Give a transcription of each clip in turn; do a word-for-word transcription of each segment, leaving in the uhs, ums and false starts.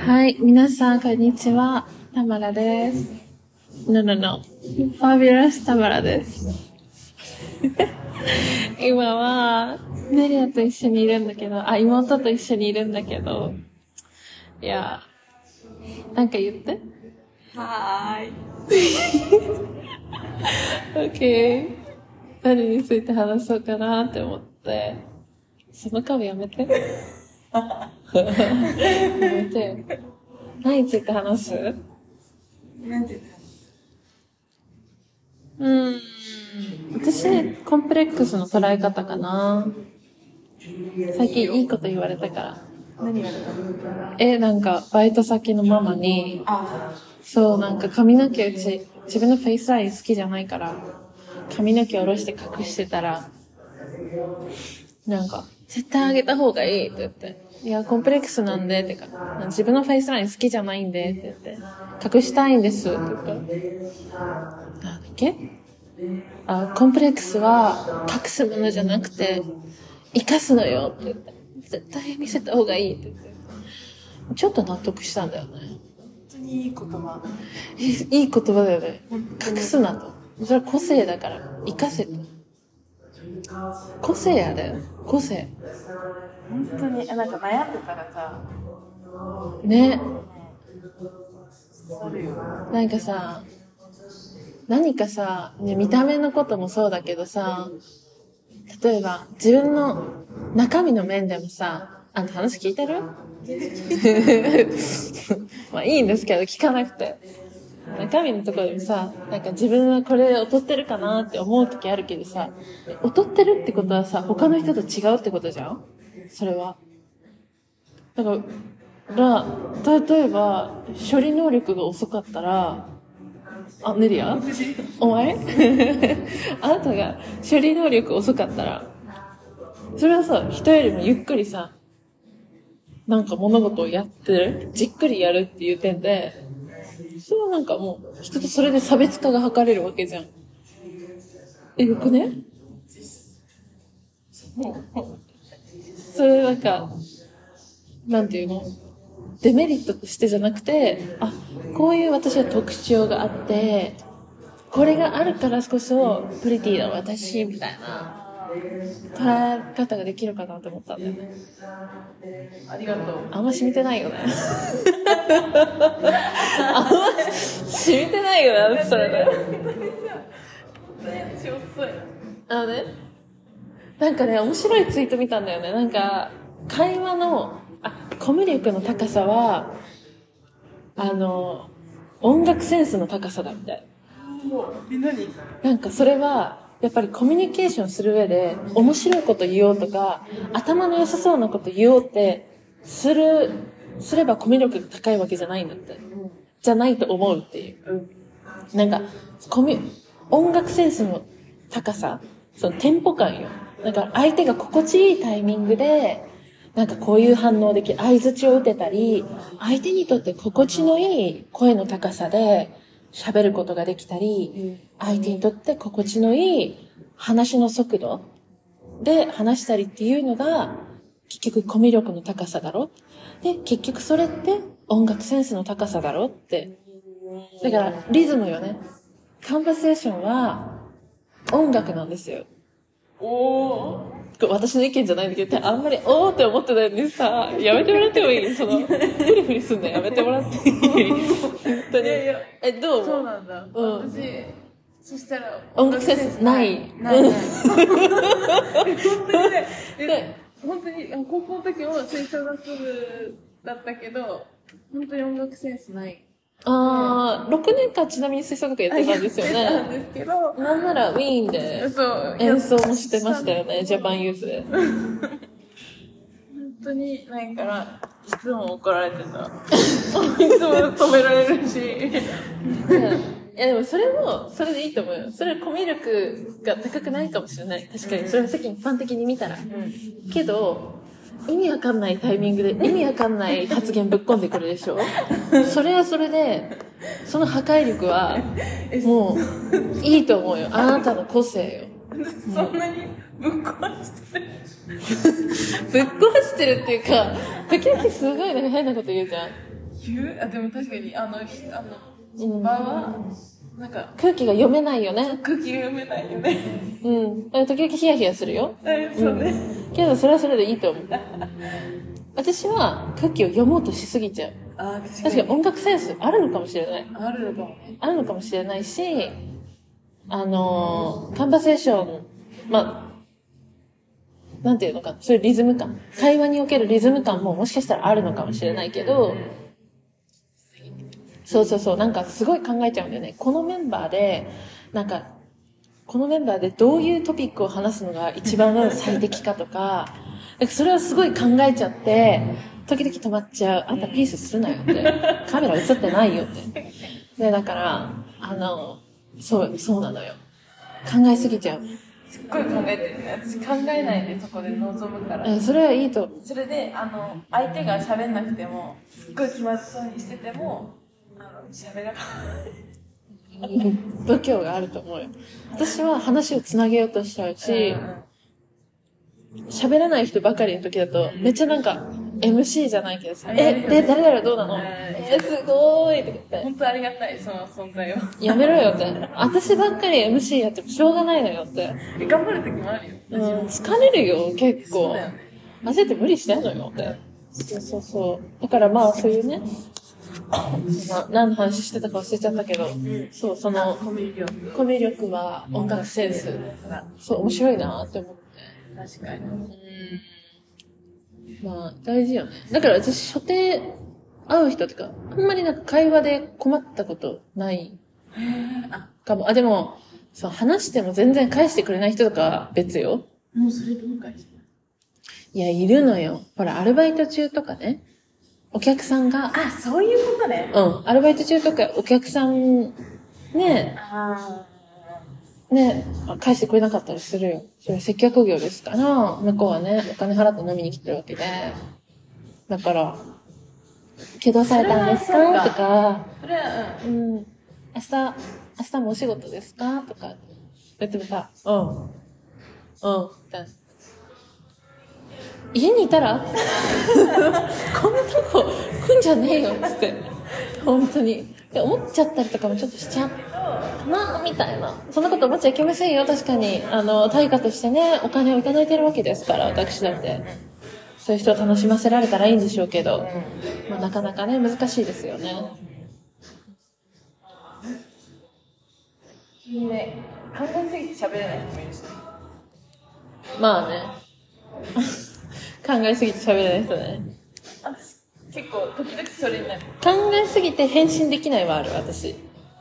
はい、皆さん、こんにちは。タマラです。No, no, no. Fabulous タマラです。今は、ネリアと一緒にいるんだけど、あ、妹と一緒にいるんだけど、いや、なんか言って。 はーい。 OK。何について話そうかなって思って、その顔やめて。やめてよ。何について話す？ 何について話す？ うーん。私、コンプレックスの捉え方かな。最近いいこと言われたから。 何言われたの？ え、なんか、バイト先のママに、そう、なんか髪の毛うち、自分のフェイスライン好きじゃないから、髪の毛下ろして隠してたら、なんか、絶対あげた方がいいって言って。いや、コンプレックスなんで、ってか、自分のフェイスライン好きじゃないんで、って言って。隠したいんです、って言った。なんだっけ？あ、コンプレックスは隠すものじゃなくて、生かすのよ、って言って。絶対見せた方がいい、って言って。ちょっと納得したんだよね。 本当にいい言葉。 いい言葉だよね。隠すなと。それは個性だから、生かせと。個性やだよ。個性。 本当に、なんか悩んでたらさ、 ね。 あるよ。 なんかさ、何かさ、ね、見た目のこともそうだけどさ、例えば自分の中身の面でもさ、あんた話聞いてる？まあいいんですけど聞かなくて。中身のところでもさ、なんか自分はこれ劣ってるかなって思う時あるけどさ、劣ってるってことはさ、他の人と違うってことじゃん？それは。だから、例えば、処理能力が遅かったら、あ、ネリア？お前あなたが処理能力遅かったら、それはさ、人よりもゆっくりさ、なんか物事をやってる、じっくりやるっていう点で、それはなんかもう、人とそれで差別化が図れるわけじゃん。え、よくね？それなんか、なんていうの？デメリットとしてじゃなくて、あ、こういう私は特徴があって、これがあるからこそ、プリティな私、みたいな、捉え方ができるかなと思ったんだよね。 ありがとう。 あんま染みてないよね。あんま染みてないよね、それね。あのね、なんかね、面白いツイート見たんだよね。なんか、会話の、あ、コミュ力の高さは、あの、音楽センスの高さだみたい。 何？ なんかそれは、やっぱりコミュニケーションする上で、面白いこと言おうとか、頭の良さそうなこと言おうって、する、すればコミュ力が高いわけじゃないんだって。じゃないと思うっていう。なんか、コミュ、音楽センスの高さ、そのテンポ感よ。だから相手が心地いいタイミングで、なんかこういう反応できる、相槌を打てたり、相手にとって心地のいい声の高さで喋ることができたり、相手にとって心地のいい話の速度で話したりっていうのが、結局コミュ力の高さだろ。で、結局それって音楽センスの高さだろって。だからリズムよね。カンバセーションは音楽なんですよ。 おー。 私の意見じゃないんだけど、あんまりおーって思ってないのにさ、やめてもらってもいい？その、フリフリすんのやめてもらっていい？本当に。 いやいや、 え、どう？ そうなんだ。 うん。 私、そしたら、 音楽センスない。 ないない。本当にね、で、本当に、高校の時も吹奏楽部だったけど、本当に音楽センスない。 あー、ろくねんかんちなみに吹奏楽やってたんですよね。 やってたんですけど、 なんならウィーンでそう演奏もしてましたよね、ジャパンユースで。 本当にないから、いつも怒られてた。いつも止められるし。 いやでもそれも、それでいいと思うよ。それはコミュ力が高くないかもしれない。確かに。それは世間一般的に見たら。うん、けど、意味わかんないタイミングで、意味わかんない発言ぶっ込んでくるでしょ。それはそれで、その破壊力は、もう、いいと思うよ。あなたの個性よ。 そんなにぶっ壊してる。 ぶっ壊してるっていうか、時々すごいなんか変なこと言うじゃん。 言うあ、でも確かに、あの、ひあの、 うん場は、なんか、 空気が読めないよね。 空気が読めないよね。 うん。時々ヒヤヒヤするよ。 え、そうね。 けどそれはそれでいいと思う。私は空気を読もうとしすぎちゃう。 あ、確か確かに音楽センスあるのかもしれない。 あるのかもね。 あるのかもしれないし、あのー、カンバセーション、まあ、なんていうのか、そういうリズム感。会話におけるリズム感ももしかしたらあるのかもしれないけど、そうそうそう、なんかすごい考えちゃうんだよね。このメンバーで、なんか、このメンバーでどういうトピックを話すのが一番最適かとか、なんかそれをすごい考えちゃって、時々止まっちゃう。あんたピースするなよって。カメラ映ってないよって。で、だから、あの、そう、そうなのよ。考えすぎちゃう。 すっごい考えてるね。私考えないでそこで臨むから。 え、それはいいと。 それで、あの、相手が喋んなくても、すっごい気まずそうにしてても、あの、喋らない。 度胸があると思うよ。私は話をつなげようとしちゃうし、喋らない人ばかりの時だと、めっちゃなんか、エムシー じゃないけどさ、え、で、誰々どうなのえ、すごーいとか言って。 本当ありがたい、その存在を。 やめろよって。私ばっかり エムシー やってもしょうがないのよって。 頑張る時もあるよ。 うん、疲れるよ、結構。 そうだよね。 焦って無理してんのよって。そうそうそう。だからまあ、そういうね、な何の話してたか忘れちゃったけど、そう、その、 コミュ力。 コミュ力は音楽センス。そう、面白いなって思って。 確かに。 うんまあ、大事よね。だから私、初手、会う人とか、あんまりなんか会話で困ったことないかも。あ、でも、そう、話しても全然返してくれない人とかは別よ。 もうそれ文化じいや、いるのよ。ほら、アルバイト中とかね。お客さんが、 あ、そういうことね。 うん、アルバイト中とかお客さん、ね、 あね、返してくれなかったりするよ。それ接客業ですから、向こうはね、お金払って飲みに来てるわけで。だから、けどうされたんですかそれはそうかとか、 それは、 うん、明日、明日もお仕事ですかとか、言ってもさ、うん、うん、みたいな。家にいたらこんなとこ来んじゃねえよ、つって。本当に。で思っちゃったりとかもちょっとしちゃうかな、みたいな。そんなこと思っちゃいけませんよ、確かに。あの、対価としてね、お金をいただいてるわけですから、私だって。そういう人を楽しませられたらいいんでしょうけど、まあ、なかなかね、難しいですよね。 いいね。考えすぎて喋れない人もいるしね。 まあね。考えすぎて喋れない人ね。 私、結構、時々それになる。 考えすぎて返信できないはある、私。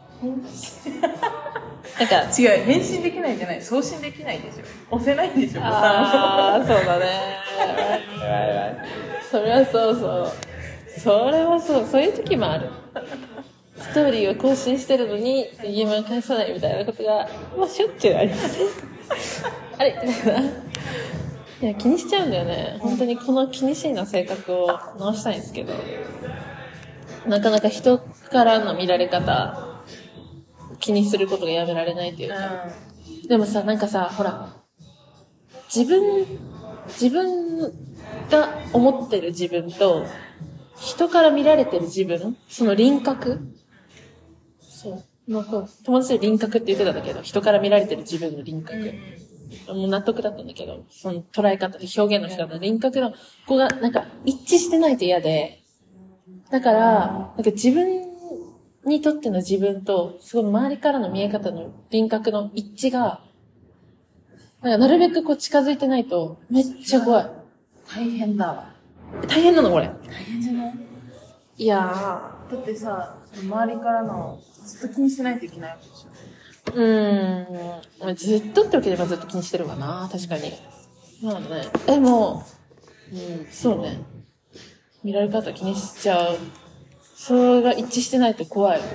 なんか、 違う、返信できないんじゃない。送信できないでしょ。押せないんでしょ、ボタンを。 ああ、そうだね。それはそうそう。それはそう。そういう時もある。ストーリーを更新してるのに、家も返さないみたいなことが、まあ、しょっちゅうありますね。あれみたいな。いや、気にしちゃうんだよね。本当にこの気にしいな性格を直したいんですけど、なかなか人からの見られ方、気にすることがやめられないというか。でもさ、なんかさ、ほら、自分、自分が思ってる自分と、人から見られてる自分、その輪郭そう。もうこう、友達で輪郭って言ってたんだけど、人から見られてる自分の輪郭。もう納得だったんだけど、その捉え方、表現の仕方、輪郭の、ここがなんか一致してないと嫌で、だから、なんか自分にとっての自分と、すごい周りからの見え方の輪郭の一致が、なんかなるべくこう近づいてないと、めっちゃ怖い。 大変だわ。 大変なのこれ。 大変じゃない？ いやだってさ、周りからの、ずっと気にしないといけないわけでしょ。 ー、うーん、ずっとってわけではずっと気にしてるわな、確かに。まあね。でも、うん、そうね。見られ方気にしちゃう。それが一致してないと怖い。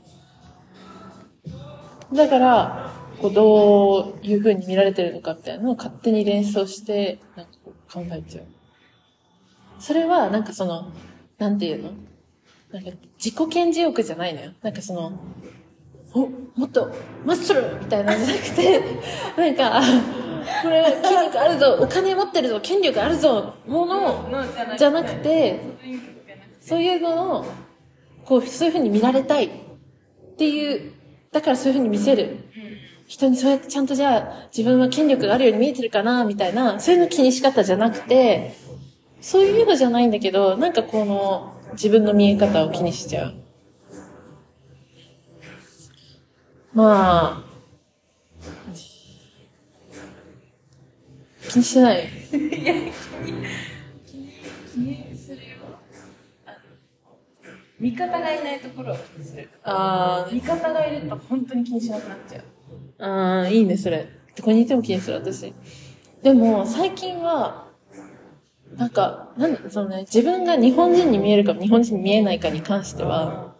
だから、こうどういう風に見られてるのかみたいなのを勝手に連想して、なんかこう考えちゃう。それは、なんかその、なんていうの？なんか自己顕示欲じゃないのよ。なんかその、お、もっと、マッスルみたいなのじゃなくて、なんか、これ、筋肉あるぞ、お金持ってるぞ、権力あるぞ、ものじゃなくて、そういうのをこう、そういう風に見られたいっていう、だからそういう風に見せる。人にそうやってちゃんとじゃあ自分は権力があるように見えてるかなみたいな、そういうの気にし方じゃなくて、そういうのじゃないんだけど、なんかこの自分の見え方を気にしちゃう。まあ、気にしてない。いや、気に、 気にするよ。味方がいないところを気にする。 あ味方がいると本当に気にしなくなっちゃう。 あ、ああ、いいね、それ。どこにいても気にする、私。でも、最近は、なんか、なんだ、そのね、自分が日本人に見えるか日本人に見えないかに関しては、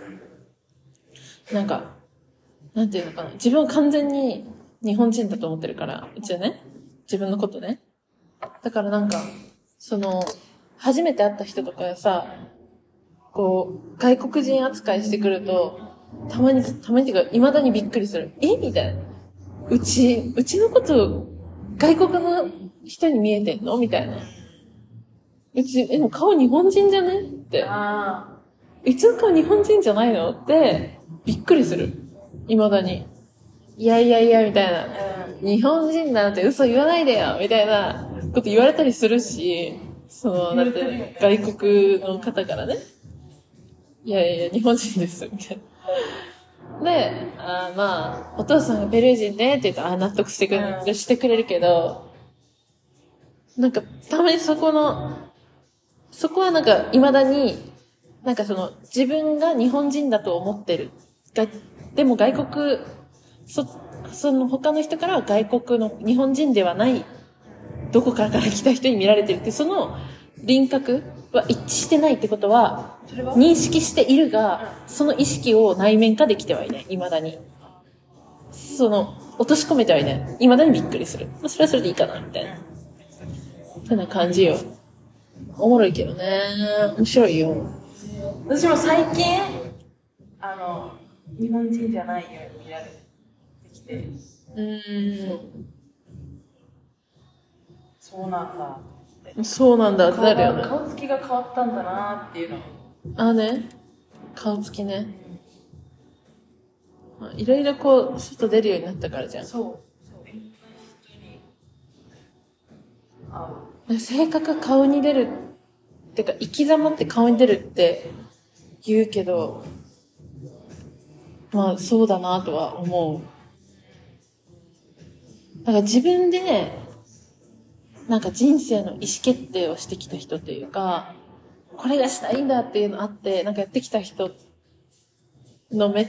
なんか、なんていうのかな。自分は完全に日本人だと思ってるから、うちはね。自分のことね。だからなんか、その、初めて会った人とかがさ、こう、外国人扱いしてくると、たまに、たまにっていうか、未だにびっくりする。えみたいな。うち、うちのこと、外国の人に見えてんのみたいな。うち、え、でも顔日本人じゃねって。 あうちの顔日本人じゃないのって、びっくりする。未だに。いやいやいや、みたいな。日本人なんて嘘言わないでよみたいなこと言われたりするし、その、だって外国の方からね。いやいや、日本人です、みたいな。で、あまあ、お父さんがペルー人ねって言うと、あ納得してくれる、うん、してくれるけど、なんか、たまにそこの、そこはなんか、未だに、なんかその、自分が日本人だと思ってる。が、でも外国、そ、その他の人からは外国の日本人ではない、どこからから来た人に見られてるって、その輪郭は一致してないってことは、認識しているが、その意識を内面化できてはいない、未だに。その、落とし込めてはいない。未だにびっくりする。それはそれでいいかな、みたいな。そんな感じよ。おもろいけどね。面白いよ。 私も最近、あの、日本人じゃないように見られてきて。 うーん。 そうなんだ。 そうなんだってなるよね。 顔つきが変わったんだなっていうの。 あね。顔つきね。いろいろこう、外出るようになったからじゃん。 そう。そう。 あ性格顔に出る。ってか、生き様って顔に出るって言うけど、まあそうだなとは思う。なんか自分で、なんか人生の意思決定をしてきた人っていうか、これがしたいんだっていうのあって、なんかやってきた人の目って、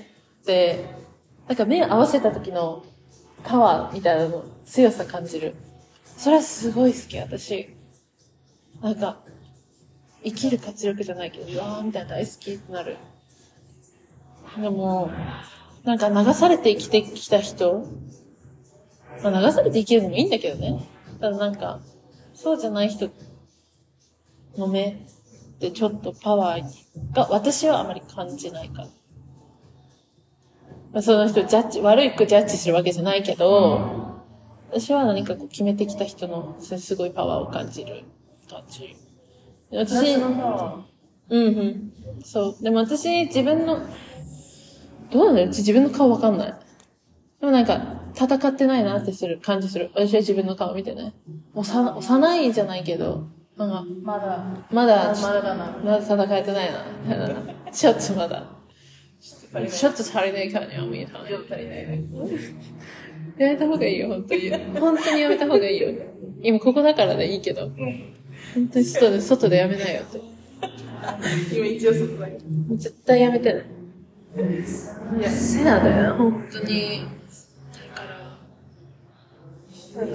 なんか目を合わせた時のパワーみたいなの強さ感じる。それはすごい好き、私。なんか、生きる活力じゃないけど、うわーみたいな大好きってなる。でも、なんか流されて生きてきた人、まあ流されて生きるのもいいんだけどね。ただなんか、そうじゃない人の目ってちょっとパワーが私はあまり感じないから。まあ、その人ジャッジ、悪くジャッジするわけじゃないけど、私は何かこう決めてきた人のすごいパワーを感じる感じ。私、うんうん。そう。でも私、自分の、どうなんだよ。うち自分の顔わかんない。でもなんか、戦ってないなってする感じする。私は自分の顔見てね。幼、幼いじゃないけど、なんか、 まだ、 まだ、 まだだな。 まだ戦えてないな。ちょっとまだ。ちょっと足りないからね、見えた。 ちょっと足りないね。 やめた方がいいよ、本当に。本当にやめた方がいいよ。今ここだからね、いいけど。本当に外で、外でやめないよって。 今一応外だけど。 絶対やめてね。いや、せやだよ、本当に。だから、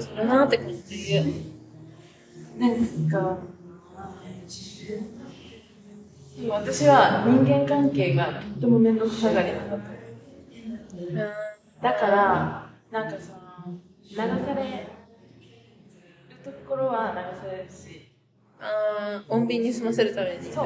それなって感じ。 なんか、私は人間関係がとても面倒くさがりなんだと。だから、なんかその、流されるところは流されるし。 あー、穏便に済ませるために。 そう。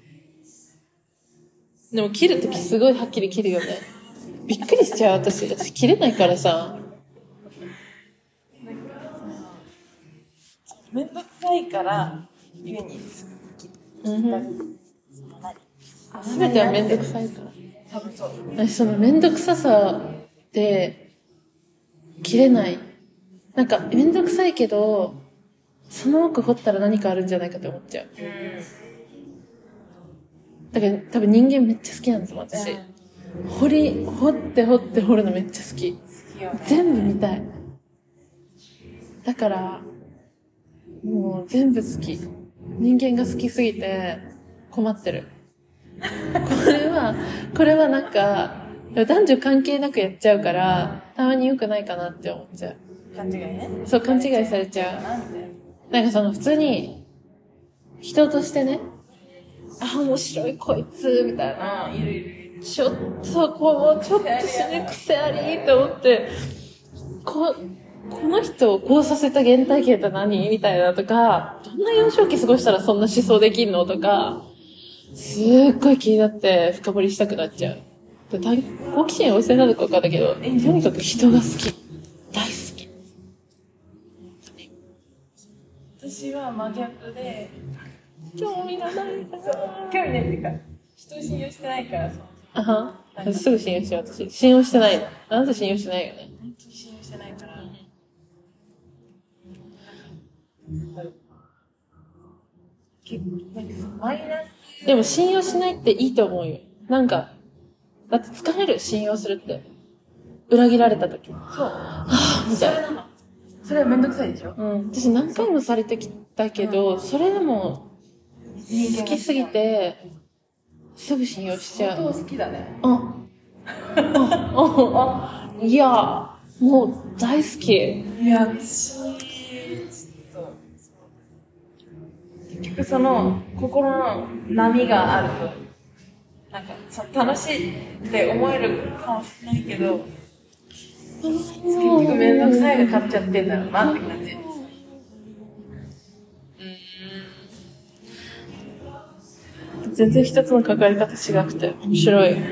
でも切るときすごいはっきり切るよね。びっくりしちゃう、私。私切れないからさ。 なんかその、面倒くさいから、ゆえに切る。 うん。 その何すべてはめんどくさいから。 多分そう。 私そのめんどくささで切れない。なんかめんどくさいけど、その奥掘ったら何かあるんじゃないかと思っちゃう。だから多分人間めっちゃ好きなんですもん、私。掘り、掘って掘って掘るのめっちゃ好き。全部見たい。だから、もう全部好き。人間が好きすぎて困ってる。これは、これはなんか、男女関係なくやっちゃうから、たまに良くないかなって思っちゃう。 勘違いね。 そう、勘違いされちゃう。なんかその普通に、人としてね、あ、面白いこいつ、みたいな。 いるいる。 ちょっと、こう、ちょっと死ぬ癖ありって思って、こ、この人をこうさせた原体験って何みたいなとか、どんな幼少期過ごしたらそんな思想できんのとか、すっごい気になって深掘りしたくなっちゃう。で好奇心旺盛なのか分かんないけど、とにかく人が好き。大好き。 私は真逆で、 興味がないから。 興味ないっていうか、人を信用してないから、 あはすぐ信用しちゃう、私。信用してないの。あなた信用してないよね。 本当に信用してないから。結構、なんかマイナス。 でも信用しないっていいと思うよ。なんか、だって疲れる、信用するって。裏切られた時。 そう。 はぁ、みたいな。 それなの。それはめんどくさいでしょ。 うん。私何回もされてきたけど、それでも、好きすぎて、すぐ信用しちゃう。 本当好きだね。 あ、あ、あ、いや、もう大好き。 いや、私、ちょっと、結局その、心の波があると、なんか、そ楽しいって思えるかもしれないけど、結局めんどくさいが勝っちゃってんだろうなって感じ。 全然一つの関わり方違くて面白い。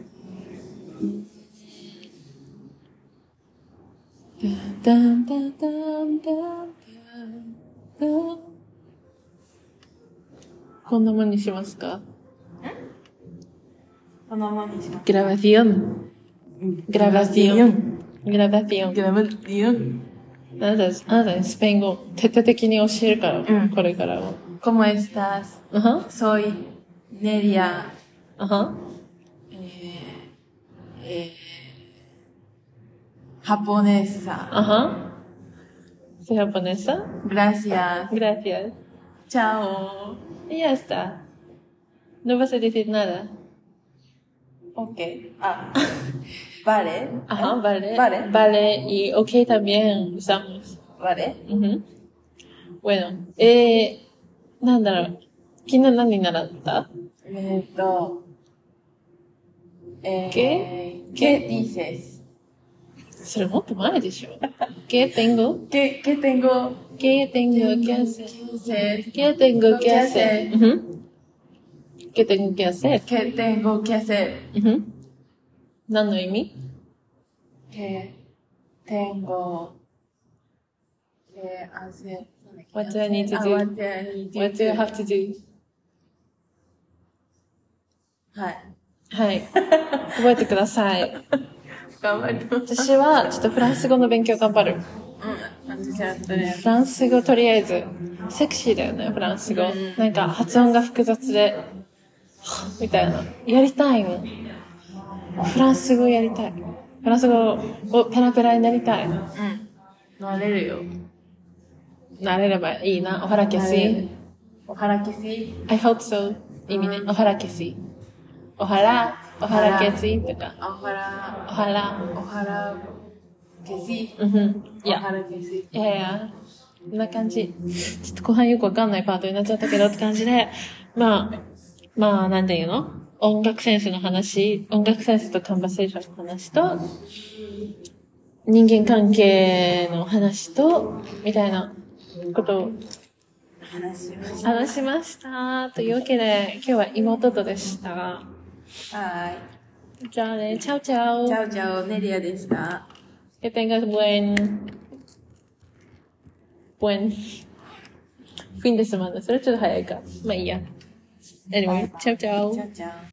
ダンダンダンダンダンダン。こんなもんにしますか？ このままにします。 グラバシオン。グラバシオン。グラバシオン。 グラバシオン。 あなた、あなたにスペイン語徹底的に教えるから、 うんこれからは。 ¿Cómo estás? あは Soy Nelia. あは Eh, eh, japonesa. あは ¿Soy japonesa? Gracias. Gracias. Chao. Y ya está. No vas a decir nada. Ok. Ah. Vale. Ajá, vale. Vale. Vale, y ok también usamos. Vale. Ujú. Bueno, eh, なんだろう。昨日何習った？ えっと、えー、 ¿Qué? ¿Qué dices? それもっと前でしょ。¿Qué tengo? ¿Qué, qué tengo? ¿Qué tengo que hacer? ¿Qué tengo que hacer? Ujú. ¿Qué tengo que hacer? ¿Qué tengo que hacer? Ujú. 何の意味？ ¿Qué tengo que hacer? What do I need to Ah, do? what do I need to What do you have to do? はい。 はい。覚えてください。 頑張ります。 私は、ちょっとフランス語の勉強頑張る。 うん。私はとりあえず。 フランス語とりあえず、セクシーだよね、フランス語。なんか発音が複雑で、みたいな。やりたいの。フランス語やりたい。フランス語をペラペラになりたい。 うん。なれるよ。 なれればいいな。おはらけし。 おはらけし。 I hope so. 意味ね。おはらけし。おはら、おはらけしとか。 おはら、 おはら。 おはらけし。 うんふん。いやおは、らけし。 いやいや、こんな感じ。ちょっと後半よくわかんないパートになっちゃったけどって感じで、まあ、まあ、なんていうの？音楽センスの話、音楽センスとカンバセーションの話と、人間関係の話と、みたいなことを話しまし話しました。というわけで、今日は妹とでした。 た。はじゃあね、チャオチャオ。 ーい。チャオチャオ、ネリアでした。 Que tengas buen, buen fin de semana. それちょっと早いか。まあいいや。Anyway, チャオチャオ。 チャオチャオ。